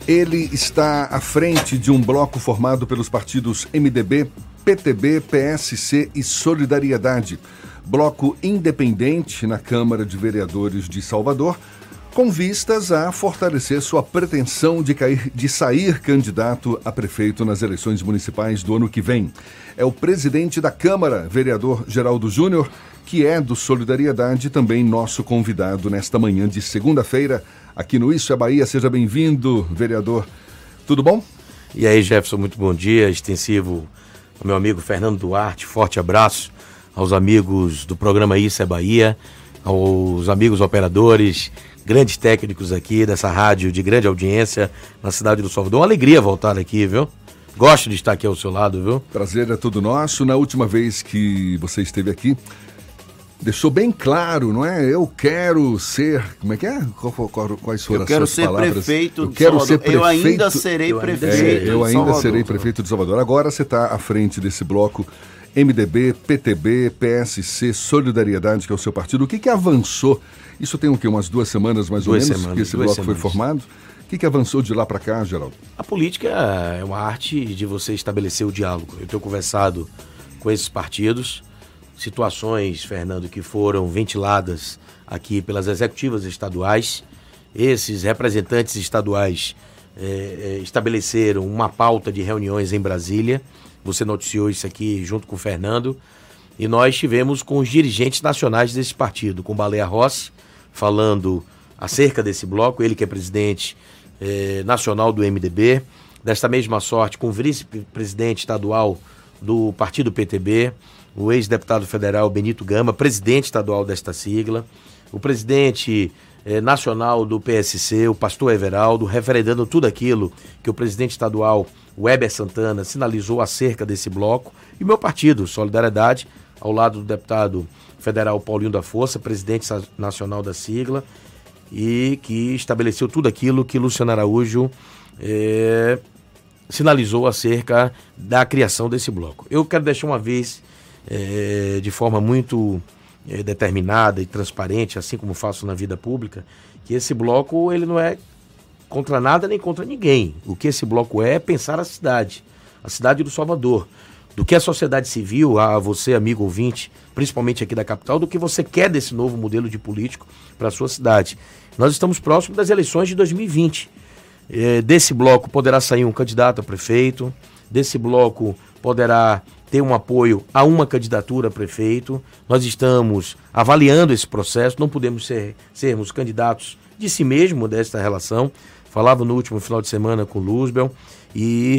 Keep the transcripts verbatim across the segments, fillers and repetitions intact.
Ele está à frente de um bloco formado pelos partidos M D B, P T B, P S C e Solidariedade. Bloco independente na Câmara de Vereadores de Salvador, com vistas a fortalecer sua pretensão de, cair, de sair candidato a prefeito nas eleições municipais do ano que vem. É o presidente da Câmara, vereador Geraldo Júnior, que é do Solidariedade, também nosso convidado nesta manhã de segunda-feira, aqui no Isso é Bahia. Seja bem-vindo, vereador. Tudo bom? E aí, Jefferson, muito bom dia. Extensivo ao meu amigo Fernando Duarte, forte abraço aos amigos do programa Isso é Bahia, aos amigos operadores, grandes técnicos aqui dessa rádio de grande audiência na cidade do Salvador. Uma alegria voltar aqui, viu? Gosto de estar aqui ao seu lado, viu? Prazer é todo nosso. Na última vez que você esteve aqui, deixou bem claro, não é? Eu quero ser... Como é que é? Quais foram as suas palavras? Eu quero ser prefeito Eu quero ser prefeito. Eu ainda serei eu prefeito é, Eu ainda Salvador. serei prefeito de Salvador. Agora você está à frente desse bloco M D B, P T B, P S C, Solidariedade, que é o seu partido. O que que avançou? Isso tem o quê? Umas duas semanas, mais duas ou menos, semanas, que esse bloco semanas. foi formado? O que que avançou de lá para cá, Geraldo? A política é uma arte de você estabelecer o diálogo. Eu tenho conversado com esses partidos, situações, Fernando, que foram ventiladas aqui pelas executivas estaduais. Esses representantes estaduais é, é, estabeleceram uma pauta de reuniões em Brasília. Você noticiou isso aqui junto com o Fernando. E nós tivemos com os dirigentes nacionais desse partido, com Baleia Rossi, falando acerca desse bloco, ele que é presidente eh, nacional do M D B. Desta mesma sorte, com o vice-presidente estadual do partido P T B, o ex-deputado federal Benito Gama, presidente estadual desta sigla, o presidente eh, nacional do P S C, o pastor Everaldo, referendando tudo aquilo que o presidente estadual Weber Santana sinalizou acerca desse bloco, e o meu partido, Solidariedade, ao lado do deputado federal Paulinho da Força, presidente nacional da sigla, e que estabeleceu tudo aquilo que Luciano Araújo é, sinalizou acerca da criação desse bloco. Eu quero deixar uma vez, é, de forma muito é, determinada e transparente, assim como faço na vida pública, que esse bloco ele não é contra nada nem contra ninguém. O que esse bloco é é pensar a cidade, a cidade do Salvador, do que a sociedade civil, a você, amigo ouvinte, principalmente aqui da capital, do que você quer desse novo modelo de político para a sua cidade. Nós estamos próximos das eleições de dois mil e vinte. É, desse bloco poderá sair um candidato a prefeito, desse bloco poderá ter um apoio a uma candidatura a prefeito. Nós estamos avaliando esse processo, não podemos ser, sermos candidatos de si mesmo desta relação. Falava no último final de semana com o Luzbel e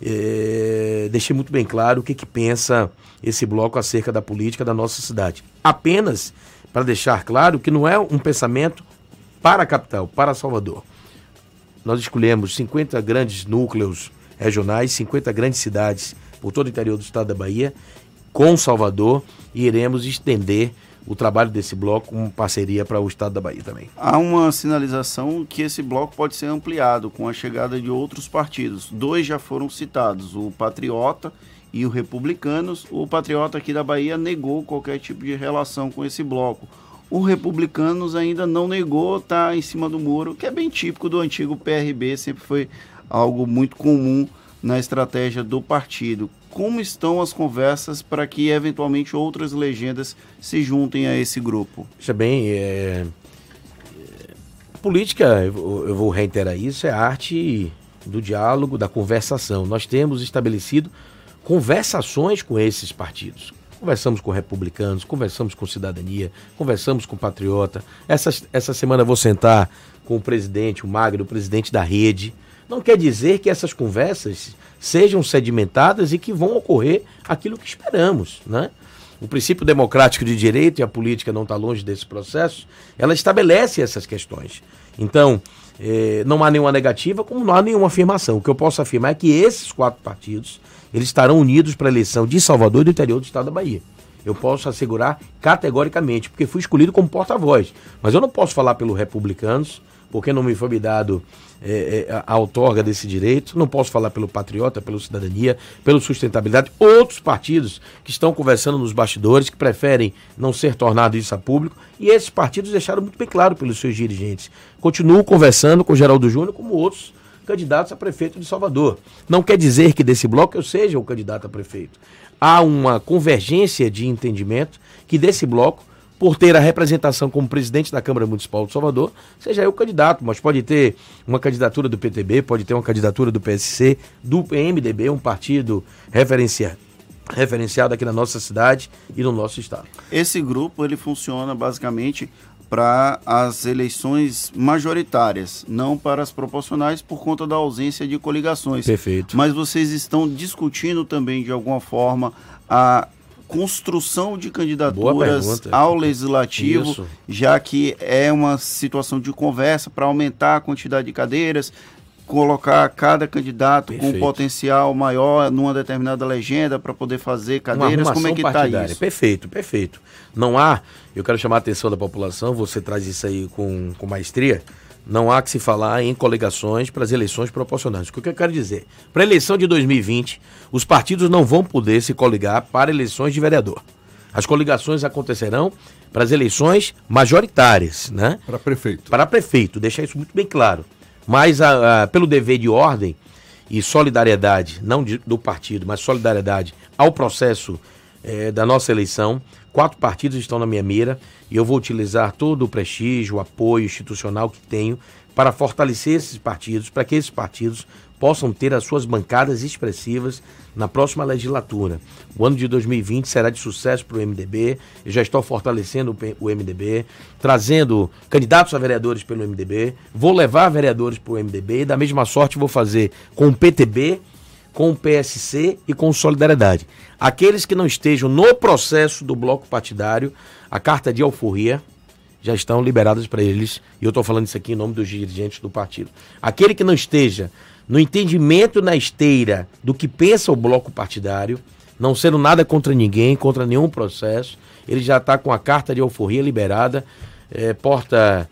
é, deixei muito bem claro o que, que pensa esse bloco acerca da política da nossa cidade. Apenas para deixar claro que não é um pensamento para a capital, para Salvador. Nós escolhemos cinquenta grandes núcleos regionais, cinquenta grandes cidades por todo o interior do estado da Bahia, com Salvador, e iremos estender o trabalho desse bloco como parceria para o estado da Bahia também. Há uma sinalização que esse bloco pode ser ampliado com a chegada de outros partidos. Dois já foram citados, o Patriota e o Republicanos. O Patriota aqui da Bahia negou qualquer tipo de relação com esse bloco. O Republicanos ainda não negou, está em cima do muro, que é bem típico do antigo P R B, sempre foi algo muito comum na estratégia do partido. Como estão as conversas para que eventualmente outras legendas se juntem a esse grupo? Veja bem, é... política, eu vou reiterar isso, é a arte do diálogo, da conversação. Nós temos estabelecido conversações com esses partidos. Conversamos com republicanos, conversamos com cidadania, conversamos com patriota. Essa, essa semana eu vou sentar com o presidente, o Magno, o presidente da rede. Não quer dizer que essas conversas sejam sedimentadas e que vão ocorrer aquilo que esperamos, né? O princípio democrático de direito, e a política não está longe desse processo, ela estabelece essas questões. Então, eh, não há nenhuma negativa, como não há nenhuma afirmação. O que eu posso afirmar é que esses quatro partidos, eles estarão unidos para a eleição de Salvador e do interior do estado da Bahia. Eu posso assegurar categoricamente, porque fui escolhido como porta-voz. Mas eu não posso falar pelos republicanos, porque não me foi me dado é, é, a outorga desse direito. Não posso falar pelo Patriota, pelo Cidadania, pelo Sustentabilidade. Outros partidos que estão conversando nos bastidores, que preferem não ser tornado isso a público. E esses partidos deixaram muito bem claro pelos seus dirigentes. Continuo conversando com o Geraldo Júnior, como outros candidatos a prefeito de Salvador. Não quer dizer que desse bloco eu seja o candidato a prefeito. Há uma convergência de entendimento que desse bloco, por ter a representação como presidente da Câmara Municipal de Salvador, seja eu o candidato, mas pode ter uma candidatura do P T B, pode ter uma candidatura do P S C, do M D B, um partido referenciado, referenciado aqui na nossa cidade e no nosso estado. Esse grupo, ele funciona basicamente para as eleições majoritárias, não para as proporcionais por conta da ausência de coligações. Perfeito. Mas vocês estão discutindo também, de alguma forma, a construção de candidaturas ao legislativo, Isso. já que é uma situação de conversa para aumentar a quantidade de cadeiras, colocar cada candidato Perfeito. com potencial maior numa determinada legenda para poder fazer cadeiras. Como é que está isso? Perfeito, perfeito. Não há, eu quero chamar a atenção da população, você traz isso aí com, com maestria, não há que se falar em coligações para as eleições proporcionais. O que eu quero dizer? Para a eleição de dois mil e vinte, os partidos não vão poder se coligar para eleições de vereador. As coligações acontecerão para as eleições majoritárias, né? Para prefeito. Para prefeito, deixar isso muito bem claro. Mas a, a, pelo dever de ordem e solidariedade, não de, do partido, mas solidariedade ao processo eh, da nossa eleição, quatro partidos estão na minha mira e eu vou utilizar todo o prestígio, o apoio institucional que tenho para fortalecer esses partidos, para que esses partidos possam ter as suas bancadas expressivas na próxima legislatura. O ano de dois mil e vinte será de sucesso para o M D B, eu já estou fortalecendo o M D B, trazendo candidatos a vereadores pelo M D B, vou levar vereadores para o M D B e da mesma sorte vou fazer com o P T B, com o P S C e com o Solidariedade. Aqueles que não estejam no processo do bloco partidário, a carta de alforria já estão liberadas para eles, e eu estou falando isso aqui em nome dos dirigentes do partido. Aquele que não esteja no entendimento na esteira do que pensa o bloco partidário, não sendo nada contra ninguém, contra nenhum processo, ele já está com a carta de alforria liberada, é, porta...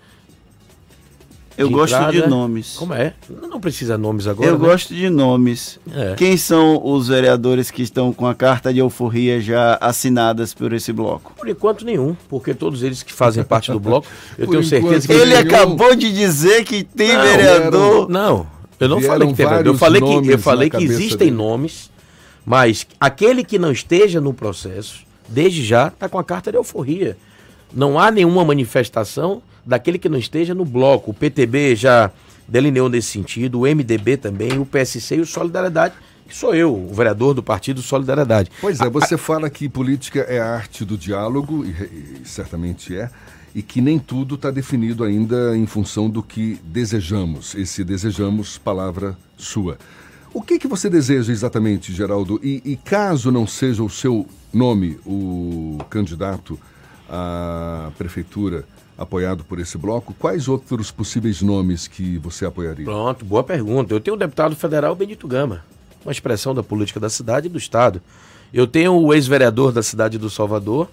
Eu de gosto entrada. de nomes. Como é? Não precisa nomes agora. Eu né? gosto de nomes. É. Quem são os vereadores que estão com a carta de alforria já assinadas por esse bloco? Por enquanto nenhum, porque todos eles que fazem parte do bloco, eu tenho certeza que... Ele nenhum... acabou de dizer que tem não, vereador... Não, eu não falei que tem vereador. Eu falei que, eu falei que existem dele. nomes, mas aquele que não esteja no processo, desde já, está com a carta de alforria. Não há nenhuma manifestação daquele que não esteja no bloco. O P T B já delineou nesse sentido, o M D B também, o P S C e o Solidariedade, que sou eu, o vereador do partido Solidariedade. Pois é, você a, fala que política é a arte do diálogo, e, e certamente é, e que nem tudo está definido ainda em função do que desejamos. Esse desejamos, palavra sua. O que, que você deseja exatamente, Geraldo? E, e caso não seja o seu nome, o candidato à prefeitura apoiado por esse bloco, quais outros possíveis nomes que você apoiaria? Pronto, boa pergunta. Eu tenho o deputado federal Benito Gama, uma expressão da política da cidade e do estado. Eu tenho o ex-vereador da cidade do Salvador,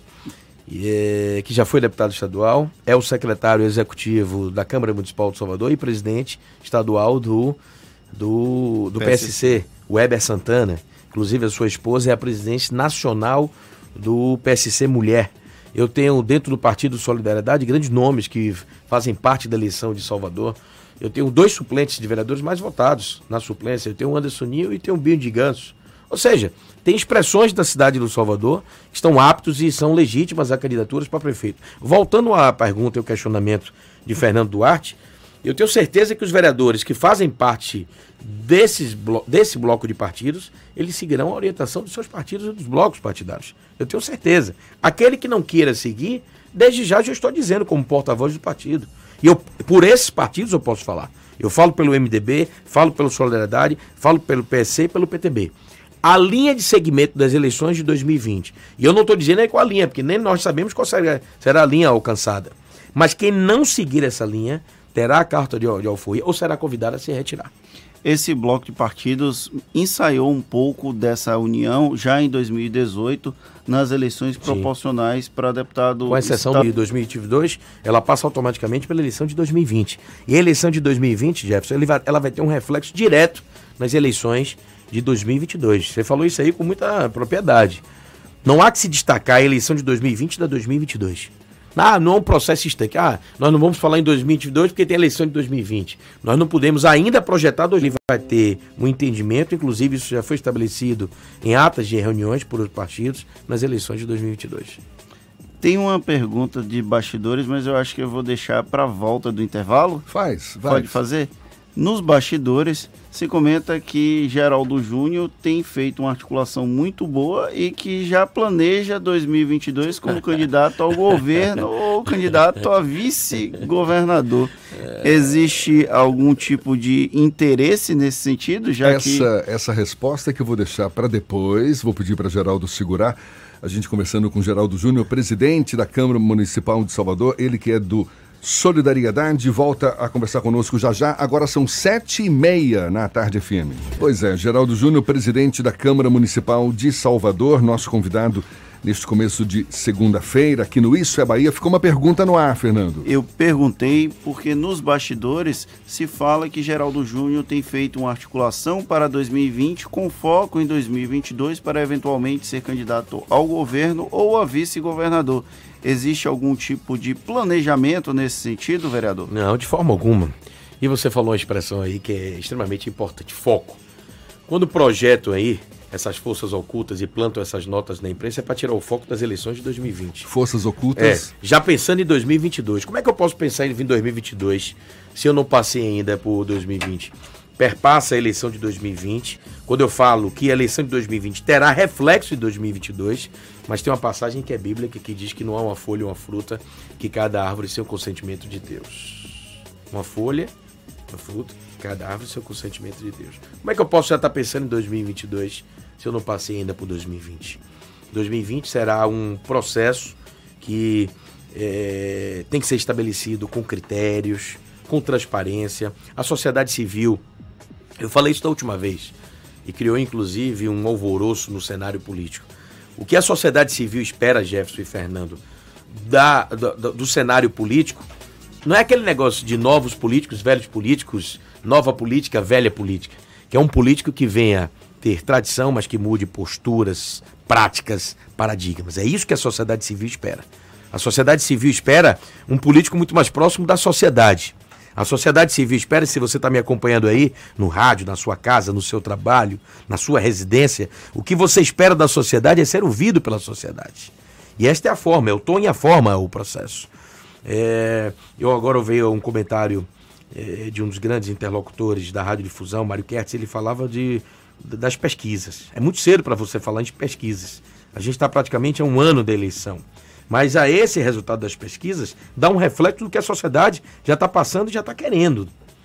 é, que já foi deputado estadual, é o secretário executivo da Câmara Municipal de Salvador e presidente estadual do, do, do P S C, o Weber Santana. Inclusive a sua esposa é a presidente nacional do P S C Mulher. Eu tenho dentro do Partido Solidariedade grandes nomes que fazem parte da eleição de Salvador. Eu tenho dois suplentes de vereadores mais votados na suplência. Eu tenho o Anderson Nil e tenho o Binho de Ganso. Ou seja, tem expressões da cidade do Salvador que estão aptos e são legítimas a candidaturas para prefeito. Voltando à pergunta e ao questionamento de Fernando Duarte, eu tenho certeza que os vereadores que fazem parte desses blo- desse bloco de partidos, eles seguirão a orientação dos seus partidos e dos blocos partidários. Eu tenho certeza. Aquele que não queira seguir, desde já já estou dizendo como porta-voz do partido. E eu, por esses partidos eu posso falar. Eu falo pelo M D B, falo pelo Solidariedade, falo pelo P S C e pelo P T B. A linha de segmento das eleições de dois mil e vinte, e eu não estou dizendo aí qual a linha, porque nem nós sabemos qual será, será a linha alcançada. Mas quem não seguir essa linha terá a carta de, de alforria ou será convidado a se retirar. Esse bloco de partidos ensaiou um pouco dessa união já em dois mil e dezoito nas eleições Sim. proporcionais para deputado... Com exceção esta... de dois mil e vinte e dois, ela passa automaticamente pela eleição de dois mil e vinte. E a eleição de dois mil e vinte, Jefferson, ele vai, ela vai ter um reflexo direto nas eleições de dois mil e vinte e dois. Você falou isso aí com muita propriedade. Não há que se destacar a eleição de dois mil e vinte da dois mil e vinte e dois. Ah, não é um processo estanque. Ah, nós não vamos falar em dois mil e vinte e dois porque tem eleição de dois mil e vinte. Nós não podemos ainda projetar dois mil e vinte. Vai ter um entendimento, inclusive isso já foi estabelecido em atas de reuniões por os partidos nas eleições de dois mil e vinte e dois. Tem uma pergunta de bastidores, mas eu acho que eu vou deixar para a volta do intervalo. Faz, vai. Pode fazer? Nos bastidores, se comenta que Geraldo Júnior tem feito uma articulação muito boa e que já planeja dois mil e vinte e dois como candidato ao governo ou candidato a vice-governador. Existe algum tipo de interesse nesse sentido? Já essa, que... essa resposta é que eu vou deixar para depois, vou pedir para Geraldo segurar. A gente conversando com Geraldo Júnior, presidente da Câmara Municipal de Salvador, ele que é do Solidariedade, volta a conversar conosco já já. Agora são sete e meia na Tarde F M. Pois é, Geraldo Júnior, presidente da Câmara Municipal de Salvador, nosso convidado neste começo de segunda-feira, aqui no Isso é Bahia. Ficou uma pergunta no ar, Fernando. Eu perguntei porque nos bastidores se fala que Geraldo Júnior tem feito uma articulação para dois mil e vinte com foco em dois mil e vinte e dois para eventualmente ser candidato ao governo ou a vice-governador. Existe algum tipo de planejamento nesse sentido, vereador? Não, de forma alguma. E você falou uma expressão aí que é extremamente importante, foco. Quando projetam aí essas forças ocultas e plantam essas notas na imprensa é para tirar o foco das eleições de dois mil e vinte. Forças ocultas? É, já pensando em dois mil e vinte e dois. Como é que eu posso pensar em dois mil e vinte e dois se eu não passei ainda por dois mil e vinte? Perpassa a eleição de dois mil e vinte. Quando eu falo que a eleição de dois mil e vinte terá reflexo de dois mil e vinte e dois, mas tem uma passagem que é bíblica que diz que não há uma folha ou uma fruta que cada árvore sem o consentimento de Deus. Uma folha, uma fruta, cada árvore sem o consentimento de Deus. Como é que eu posso já estar pensando em dois mil e vinte e dois se eu não passei ainda por dois mil e vinte? dois mil e vinte será um processo que é, tem que ser estabelecido com critérios, com transparência. A sociedade civil, eu falei isso da última vez, e criou inclusive um alvoroço no cenário político. O que a sociedade civil espera, Jefferson e Fernando, da, do, do cenário político, não é aquele negócio de novos políticos, velhos políticos, nova política, velha política, que é um político que venha ter tradição, mas que mude posturas, práticas, paradigmas. É isso que a sociedade civil espera. A sociedade civil espera um político muito mais próximo da sociedade. A sociedade civil espera, se você está me acompanhando aí, no rádio, na sua casa, no seu trabalho, na sua residência, o que você espera da sociedade é ser ouvido pela sociedade. E esta é a forma, é o tom e a forma, o processo. É, eu agora ouvi um comentário é, de um dos grandes interlocutores da radiodifusão, Mário Kertz, ele falava de, das pesquisas. É muito cedo para você falar de pesquisas. A gente está praticamente há um ano da eleição. Mas a esse resultado das pesquisas dá um reflexo do que a sociedade já está passando e já está querendo.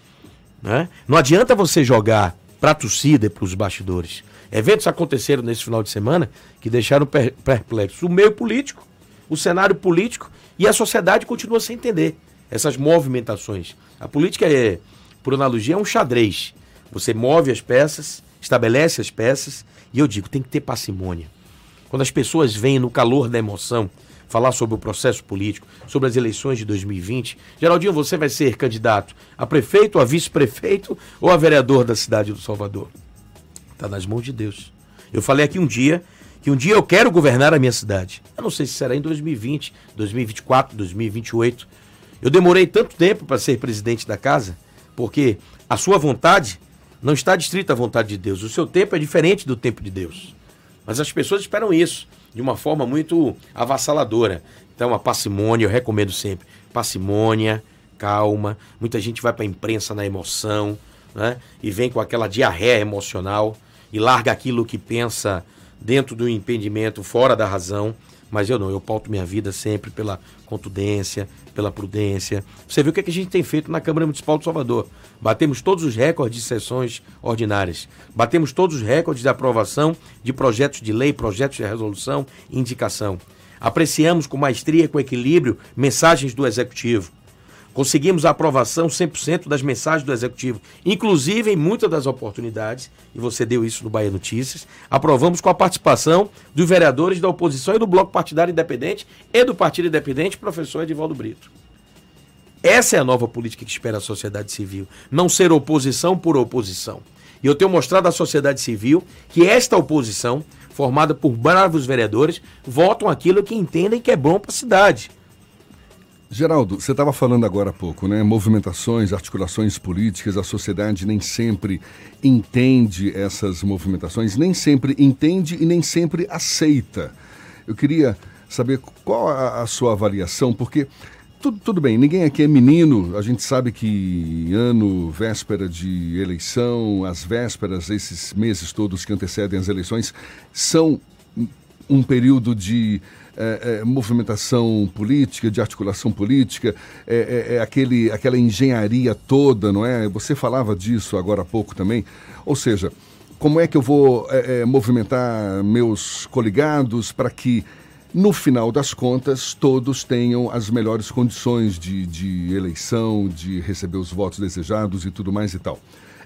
Né? Não adianta você jogar para a torcida e para os bastidores. Eventos aconteceram nesse final de semana que deixaram perplexos o meio político, o cenário político, e a sociedade continua sem entender essas movimentações. A política é, por analogia, é um xadrez. Você move as peças, estabelece as peças, e eu digo, tem que ter parcimônia. Quando as pessoas vêm no calor da emoção falar sobre o processo político, sobre as eleições de dois mil e vinte, Geraldinho, você vai ser candidato a prefeito, a vice-prefeito ou a vereador da cidade do Salvador? Está nas mãos de Deus. Eu falei aqui um dia que um dia eu quero governar a minha cidade. Eu não sei se será em dois mil e vinte, dois mil e vinte e quatro, dois mil e vinte e oito. Eu demorei tanto tempo para ser presidente da casa, porque a sua vontade não está distrita à vontade de Deus. O seu tempo é diferente do tempo de Deus. Mas as pessoas esperam isso de uma forma muito avassaladora. Então, a parcimônia, eu recomendo sempre. Parcimônia, calma. Muita gente vai para a imprensa na emoção, né? E vem com aquela diarreia emocional e larga aquilo que pensa dentro do impedimento, fora da razão. Mas eu não, eu pauto minha vida sempre pela contundência, pela prudência. Você viu o que a gente tem feito na Câmara Municipal de Salvador. Batemos todos os recordes de sessões ordinárias. Batemos todos os recordes de aprovação de projetos de lei, projetos de resolução e indicação. Apreciamos com maestria, com equilíbrio, mensagens do Executivo. Conseguimos a aprovação cem por cento das mensagens do Executivo, inclusive em muitas das oportunidades, e você deu isso no Bahia Notícias, aprovamos com a participação dos vereadores da oposição e do Bloco Partidário Independente e do Partido Independente, professor Edivaldo Brito. Essa é a nova política que espera a sociedade civil, não ser oposição por oposição. E eu tenho mostrado à sociedade civil que esta oposição, formada por bravos vereadores, votam aquilo que entendem que é bom para a cidade. Geraldo, você estava falando agora há pouco, né? Movimentações, articulações políticas, a sociedade nem sempre entende essas movimentações, nem sempre entende e nem sempre aceita. Eu queria saber qual a, a sua avaliação, porque tudo, tudo bem, ninguém aqui é menino, a gente sabe que ano, véspera de eleição, as vésperas, esses meses todos que antecedem as eleições, são um período de é, é, movimentação política, de articulação política, é, é, é aquele, aquela engenharia toda, não é? Você falava disso agora há pouco também. Ou seja, como é que eu vou é, é, movimentar meus coligados para que, no final das contas, todos tenham as melhores condições de, de eleição, de receber os votos desejados e tudo mais e tal.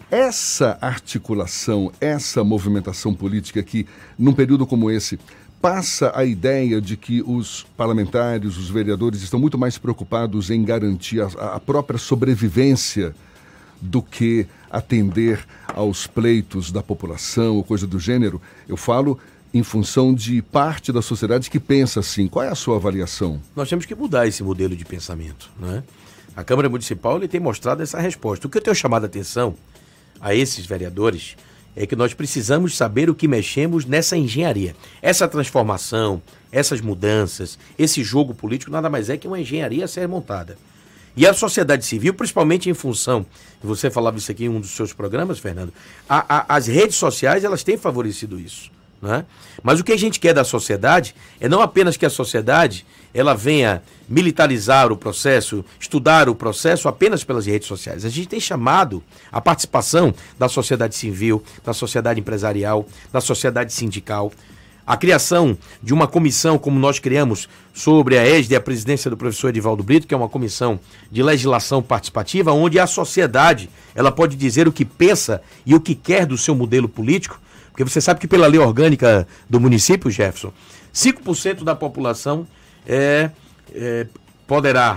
Essa articulação, essa movimentação política que, num período como esse, passa a ideia de que os parlamentares, os vereadores estão muito mais preocupados em garantir a, a própria sobrevivência do que atender aos pleitos da população ou coisa do gênero. Eu falo em função de parte da sociedade que pensa assim. Qual é a sua avaliação? Nós temos que mudar esse modelo de pensamento, né? A Câmara Municipal ele tem mostrado essa resposta. O que eu tenho chamado a atenção a esses vereadores é que nós precisamos saber o que mexemos nessa engenharia. Essa transformação, essas mudanças, esse jogo político nada mais é que uma engenharia a ser montada. E a sociedade civil, principalmente em função, você falava isso aqui em um dos seus programas, Fernando, a, a, as redes sociais elas têm favorecido isso, né? Mas o que a gente quer da sociedade é não apenas que a sociedade ela venha militarizar o processo, estudar o processo apenas pelas redes sociais. A gente tem chamado a participação da sociedade civil, da sociedade empresarial, da sociedade sindical, a criação de uma comissão como nós criamos sobre a égide e a presidência do professor Edivaldo Brito, que é uma comissão de legislação participativa, onde a sociedade ela pode dizer o que pensa e o que quer do seu modelo político, porque você sabe que pela lei orgânica do município, Jefferson, cinco por cento da população é, é, poderá,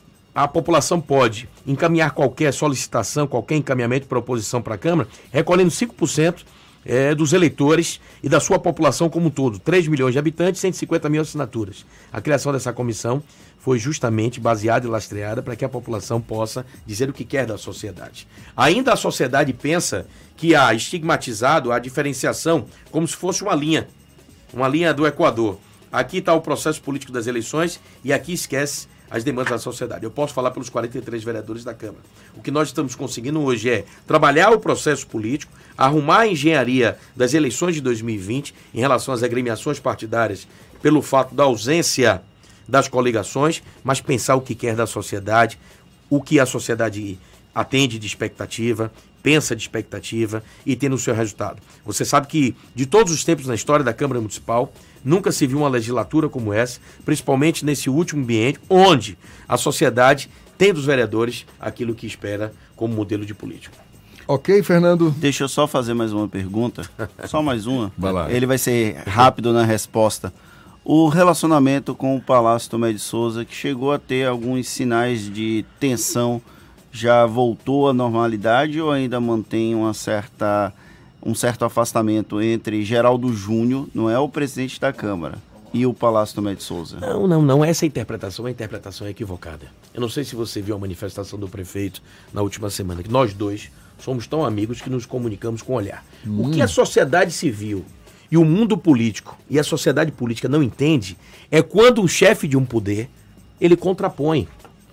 a população pode encaminhar qualquer solicitação, qualquer encaminhamento, proposição para a Câmara, recolhendo cinco por cento é, dos eleitores e da sua população como um todo, três milhões de habitantes, cento e cinquenta mil assinaturas. A criação dessa comissão foi justamente baseada e lastreada para que a população possa dizer o que quer da sociedade. Ainda a sociedade pensa que há estigmatizado a diferenciação como se fosse uma linha, uma linha do Equador. Aqui está o processo político das eleições e aqui esquece as demandas da sociedade. Eu posso falar pelos quarenta e três vereadores da Câmara. O que nós estamos conseguindo hoje é trabalhar o processo político, arrumar a engenharia das eleições de dois mil e vinte em relação às agremiações partidárias pelo fato da ausência das coligações, mas pensar o que quer da sociedade, o que a sociedade atende de expectativa, pensa de expectativa e tem no seu resultado. Você sabe que de todos os tempos na história da Câmara Municipal, nunca se viu uma legislatura como essa, principalmente nesse último biênio, onde a sociedade tem dos vereadores aquilo que espera como modelo de político. Ok, Fernando? Deixa eu só fazer mais uma pergunta, só mais uma. Vai lá. Ele vai ser rápido na resposta. O relacionamento com o Palácio Tomé de Souza, que chegou a ter alguns sinais de tensão, já voltou à normalidade ou ainda mantém uma certa, um certo afastamento entre Geraldo Júnior, não é o presidente da Câmara, e o Palácio Tomé de Souza? Não, não, não. Essa interpretação, a interpretação é equivocada. Eu não sei se você viu a manifestação do prefeito na última semana, que nós dois somos tão amigos que nos comunicamos com o olhar. Hum. O que a sociedade civil e o mundo político e a sociedade política não entende é quando um chefe de um poder, ele contrapõe.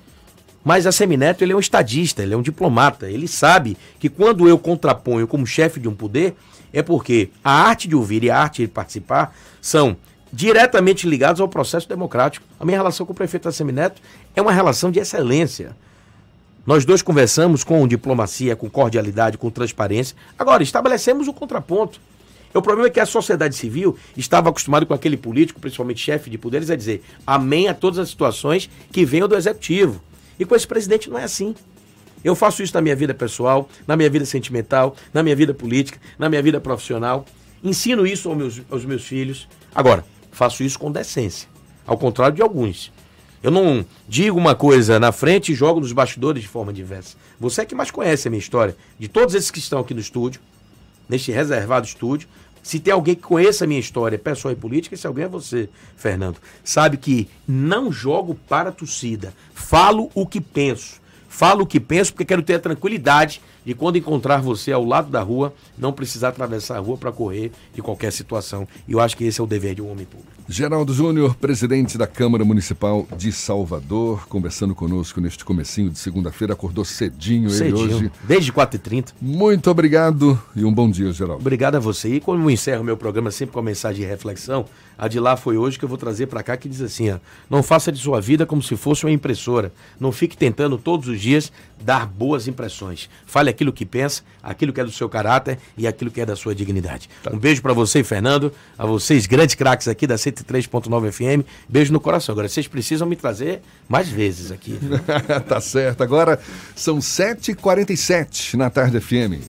Mas a Semineto, ele é um estadista, ele é um diplomata. Ele sabe que quando eu contraponho como chefe de um poder, é porque a arte de ouvir e a arte de participar são diretamente ligados ao processo democrático. A minha relação com o prefeito Assemineto é uma relação de excelência. Nós dois conversamos com diplomacia, com cordialidade, com transparência. Agora, estabelecemos o contraponto. O problema é que a sociedade civil estava acostumada com aquele político, principalmente chefe de poderes, a dizer amém a todas as situações que venham do executivo. E com esse presidente não é assim. Eu faço isso na minha vida pessoal, na minha vida sentimental, na minha vida política, na minha vida profissional. Ensino isso aos meus, aos meus filhos. Agora, faço isso com decência, ao contrário de alguns. Eu não digo uma coisa na frente e jogo nos bastidores de forma diversa. Você é que mais conhece a minha história. De todos esses que estão aqui no estúdio, neste reservado estúdio, Se tem alguém que conheça a minha história pessoal e política, esse alguém é você, Fernando. Sabe que não jogo para a torcida. Falo o que penso. Falo o que penso porque quero ter a tranquilidade de quando encontrar você ao lado da rua, não precisar atravessar a rua para correr de qualquer situação. E eu acho que esse é o dever de um homem público. Geraldo Júnior, presidente da Câmara Municipal de Salvador, conversando conosco neste comecinho de segunda-feira, acordou cedinho, cedinho ele hoje. Desde quatro e trinta. Muito obrigado e um bom dia, Geraldo. Obrigado a você. E quando eu encerro meu programa sempre com a mensagem de reflexão, a de lá foi hoje que eu vou trazer para cá, que diz assim, ó, não faça de sua vida como se fosse uma impressora. Não fique tentando todos os dias dar boas impressões. Fale aquilo que pensa, aquilo que é do seu caráter e aquilo que é da sua dignidade. Tá. Um beijo para você, Fernando, a vocês, grandes craques aqui da cento e três ponto nove F M. Beijo no coração. Agora, vocês precisam me trazer mais vezes aqui. Tá certo. Agora são sete e quarenta e sete na Tarde F M.